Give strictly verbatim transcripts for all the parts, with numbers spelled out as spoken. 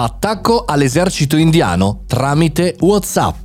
Attacco all'esercito indiano tramite WhatsApp.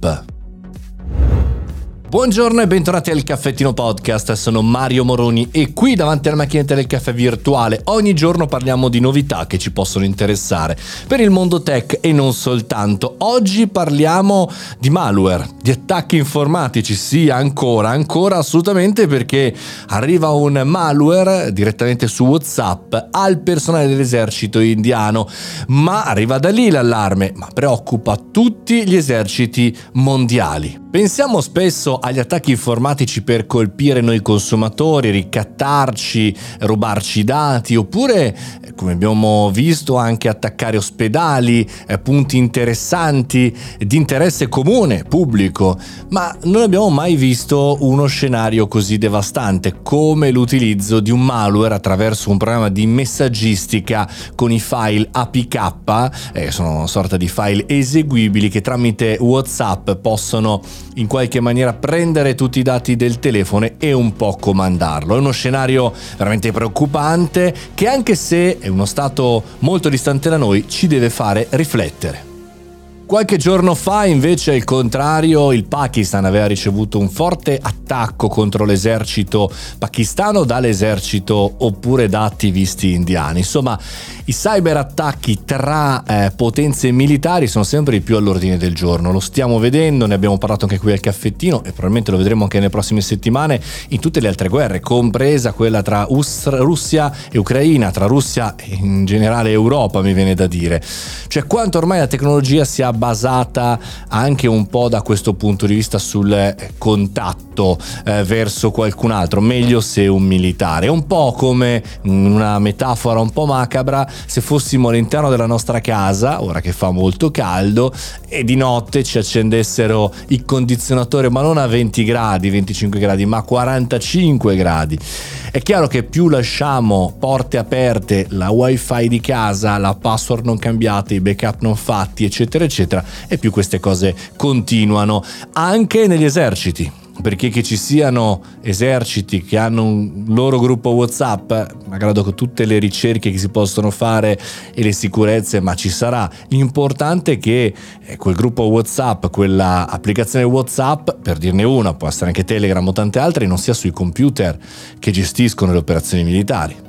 Buongiorno e bentornati al Caffettino Podcast, sono Mario Moroni e qui davanti alla macchinetta del caffè virtuale ogni giorno parliamo di novità che ci possono interessare per il mondo tech e non soltanto. Oggi parliamo di malware, di attacchi informatici, sì ancora, ancora assolutamente, perché arriva un malware direttamente su WhatsApp al personale dell'esercito indiano, ma arriva da lì l'allarme, ma preoccupa tutti gli eserciti mondiali. Pensiamo spesso agli attacchi informatici per colpire noi consumatori, ricattarci, rubarci i dati, oppure, come abbiamo visto, anche attaccare ospedali, punti interessanti di interesse comune, pubblico, ma non abbiamo mai visto uno scenario così devastante come l'utilizzo di un malware attraverso un programma di messaggistica con i file A P K, eh, sono una sorta di file eseguibili che tramite WhatsApp possono in qualche maniera prendere tutti i dati del telefono e un po' comandarlo. È uno scenario veramente preoccupante che, anche se è uno stato molto distante da noi, ci deve fare riflettere. Qualche giorno fa, invece, al contrario, il Pakistan aveva ricevuto un forte attacco contro l'esercito pakistano dall'esercito oppure da attivisti indiani. Insomma, i cyberattacchi tra eh, potenze militari sono sempre più all'ordine del giorno. Lo stiamo vedendo, ne abbiamo parlato anche qui al caffettino e probabilmente lo vedremo anche nelle prossime settimane in tutte le altre guerre, compresa quella tra Us- Russia e Ucraina, tra Russia e in generale Europa, mi viene da dire. Cioè, quanto ormai la tecnologia sia basata anche un po' da questo punto di vista sul contatto eh, verso qualcun altro, meglio se un militare. È un po' come una metafora un po' macabra se fossimo all'interno della nostra casa, ora che fa molto caldo, e di notte ci accendessero il condizionatore, ma non a venti gradi, venticinque gradi, ma a quarantacinque gradi. È chiaro che più lasciamo porte aperte, la wifi di casa, la password non cambiata, i backup non fatti, eccetera eccetera, e più queste cose continuano anche negli eserciti, perché che ci siano eserciti che hanno un loro gruppo WhatsApp, malgrado con tutte le ricerche che si possono fare e le sicurezze, ma ci sarà. L'importante è che quel gruppo WhatsApp, quella applicazione WhatsApp, per dirne una, può essere anche Telegram o tante altre, non sia sui computer che gestiscono le operazioni militari.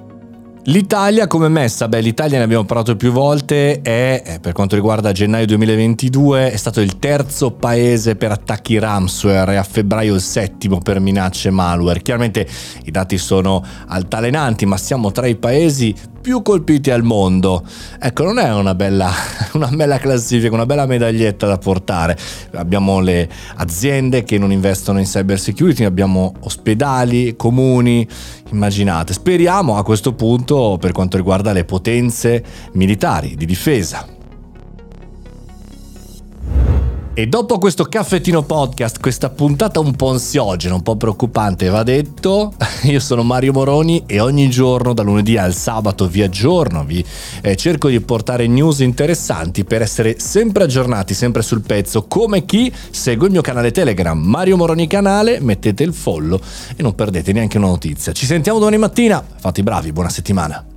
L'Italia come messa? Beh, l'Italia, ne abbiamo parlato più volte, è, per quanto riguarda gennaio duemilaventidue, è stato il terzo paese per attacchi ransomware e a febbraio il settimo per minacce malware. Chiaramente i dati sono altalenanti, ma siamo tra i paesi più colpiti al mondo. Ecco, non è una bella, una bella classifica, una bella medaglietta da portare. Abbiamo le aziende che non investono in cyber security, abbiamo ospedali, comuni, immaginate. Speriamo a questo punto per quanto riguarda le potenze militari di difesa. E dopo questo caffettino podcast, questa puntata un po' ansiogena, un po' preoccupante, va detto, io sono Mario Moroni e ogni giorno, da lunedì al sabato, vi aggiorno, vi eh, cerco di portare news interessanti per essere sempre aggiornati, sempre sul pezzo, come chi segue il mio canale Telegram, Mario Moroni Canale, mettete il follow e non perdete neanche una notizia. Ci sentiamo domani mattina, fate i bravi, buona settimana.